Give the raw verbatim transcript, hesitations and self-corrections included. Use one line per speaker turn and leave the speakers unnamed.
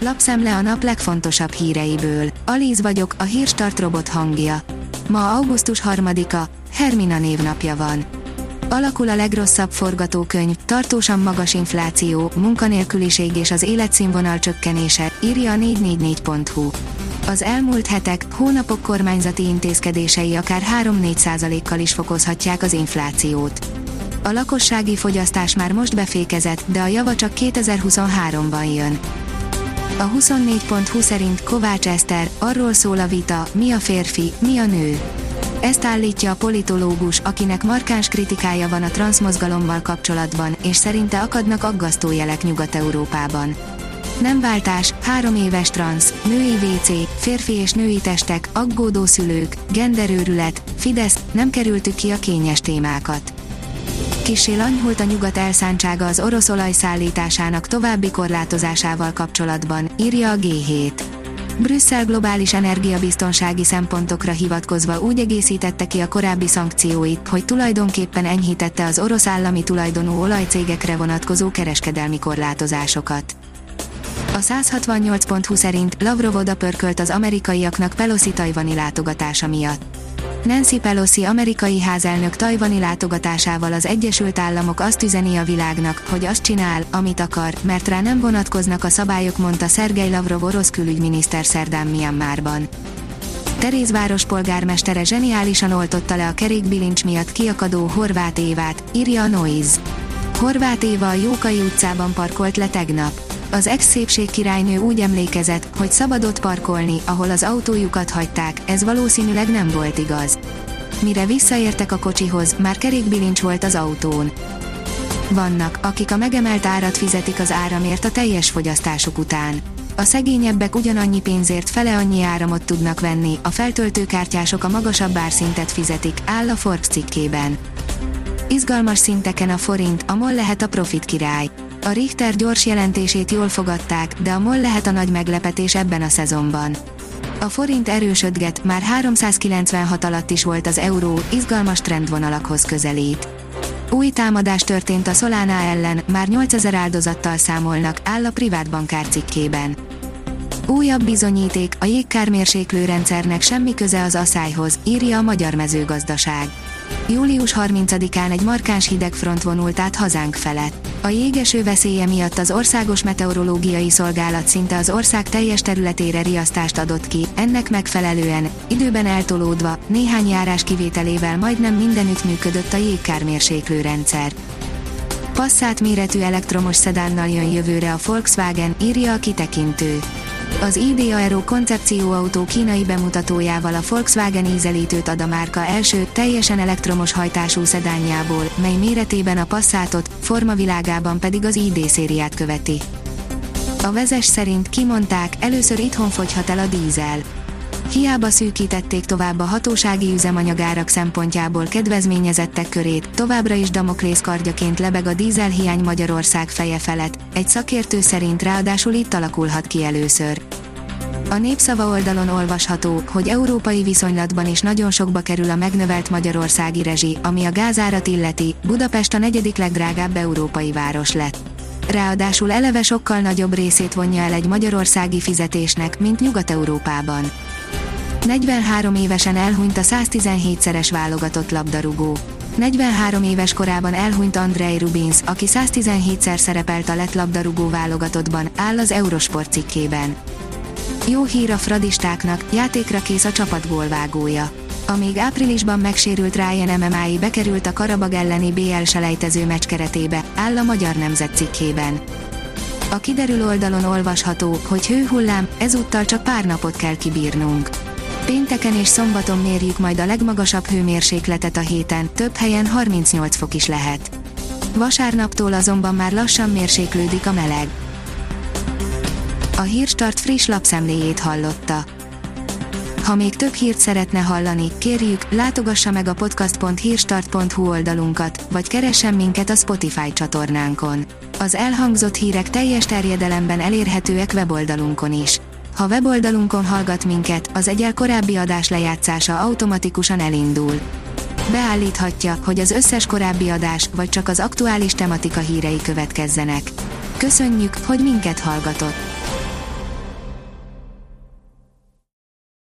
Lapszemle a nap legfontosabb híreiből. Alíz vagyok, a Hírstart robot hangja. Ma augusztus harmadika, Hermina névnapja van. Alakul a legrosszabb forgatókönyv, tartósan magas infláció, munkanélküliség és az életszínvonal csökkenése, írja a négy négy négy pont hu. Az elmúlt hetek, hónapok kormányzati intézkedései akár három-négy százalékkal is fokozhatják az inflációt. A lakossági fogyasztás már most befékezett, de a java csak kétezer-huszonháromban jön. A huszonnégy pont hu szerint Kovács Eszter, arról szól a vita, mi a férfi, mi a nő. Ezt állítja a politológus, akinek markáns kritikája van a transzmozgalommal kapcsolatban, és szerinte akadnak aggasztó jelek Nyugat-Európában. Nem váltás, három éves transz, női vé cé, férfi és női testek, aggódó szülők, genderőrület, Fidesz, nem kerültük ki a kényes témákat. Kissé lanyhult a nyugat elszántsága az orosz olaj szállításának további korlátozásával kapcsolatban, írja a gé hét. Brüsszel globális energiabiztonsági szempontokra hivatkozva úgy egészítette ki a korábbi szankcióit, hogy tulajdonképpen enyhítette az orosz állami tulajdonú olajcégekre vonatkozó kereskedelmi korlátozásokat. A száz hatvannyolc pont hu szerint Lavrov odapörkölt az amerikaiaknak Pelosi tajvani látogatása miatt. Nancy Pelosi amerikai házelnök tajvani látogatásával az Egyesült Államok azt üzeni a világnak, hogy azt csinál, amit akar, mert rá nem vonatkoznak a szabályok, mondta Szergej Lavrov orosz külügyminiszter szerdán Myanmarban. Terézváros polgármestere zseniálisan oltotta le a kerékbilincs miatt kiakadó Horváth Évát, írja a Noise. Horváth Éva a Jókai utcában parkolt le tegnap. Az ex-szépségkirálynő úgy emlékezett, hogy szabad ott parkolni, ahol az autójukat hagyták, ez valószínűleg nem volt igaz. Mire visszaértek a kocsihoz, már kerékbilincs volt az autón. Vannak, akik a megemelt árat fizetik az áramért a teljes fogyasztásuk után. A szegényebbek ugyanannyi pénzért fele annyi áramot tudnak venni, a feltöltőkártyások a magasabb árszintet fizetik, áll a Forbes cikkében. Izgalmas szinteken a forint, a MOL lehet a profit király. A Richter gyors jelentését jól fogadták, de a MOL lehet a nagy meglepetés ebben a szezonban. A forint erősödget, már háromszázkilencvenhat alatt is volt az euró, izgalmas trendvonalakhoz közelít. Új támadás történt a Solana ellen, már nyolcezer áldozattal számolnak, áll a privát bankár cikkében. Újabb bizonyíték, a jégkármérséklő rendszernek semmi köze az aszályhoz, írja a Magyar Mezőgazdaság. július harmincadikán egy markáns hidegfront vonult át hazánk felett. A jégeső veszélye miatt az Országos Meteorológiai Szolgálat szinte az ország teljes területére riasztást adott ki, ennek megfelelően, időben eltolódva, néhány járás kivételével majdnem mindenütt működött a jégkármérséklő rendszer. Passat méretű elektromos szedánnal jön jövőre a Volkswagen, írja a kitekintő. Az i dé Aero koncepcióautó kínai bemutatójával a Volkswagen ízelítőt ad a márka első, teljesen elektromos hajtású szedánjából, mely méretében a Passatot, formavilágában pedig az i dé szériát követi. A Vezes szerint kimondták, először itthon fogyhat el a dízel. Hiába szűkítették tovább a hatósági üzemanyagárak szempontjából kedvezményezettek körét, továbbra is Damoklész kardjaként lebeg a dízelhiány Magyarország feje felett, egy szakértő szerint ráadásul itt alakulhat ki először. A Népszava oldalon olvasható, hogy európai viszonylatban is nagyon sokba kerül a megnövelt magyarországi rezsi, ami a gázárat illeti, Budapest a negyedik legdrágább európai város lett. Ráadásul eleve sokkal nagyobb részét vonja el egy magyarországi fizetésnek, mint Nyugat-Európában. negyvenhárom évesen elhunyt a száztizenhétszeres válogatott labdarúgó. negyvenhárom éves korában elhunyt Andrej Rubins, aki száztizenhétszer szerepelt a lett labdarúgó válogatottban, áll az Eurosport cikkében. Jó hír a fradistáknak, játékra kész a csapat gólvágója. A még áprilisban megsérült Ryan em em á bekerült a Karabag elleni bé el selejtező meccs keretébe, áll a Magyar Nemzet cikkében. A kiderül oldalon olvasható, hogy hőhullám, ezúttal csak pár napot kell kibírnunk. Pénteken és szombaton mérjük majd a legmagasabb hőmérsékletet a héten, több helyen harmincnyolc fok is lehet. Vasárnaptól azonban már lassan mérséklődik a meleg. A Hírstart friss lapszemléjét hallotta. Ha még több hírt szeretne hallani, kérjük, látogassa meg a podcast pont hírstart pont hu oldalunkat, vagy keressen minket a Spotify csatornánkon. Az elhangzott hírek teljes terjedelemben elérhetőek weboldalunkon is. Ha weboldalunkon hallgat minket, az egyel korábbi adás lejátszása automatikusan elindul. Beállíthatja, hogy az összes korábbi adás, vagy csak az aktuális tematika hírei következzenek. Köszönjük, hogy minket hallgatott!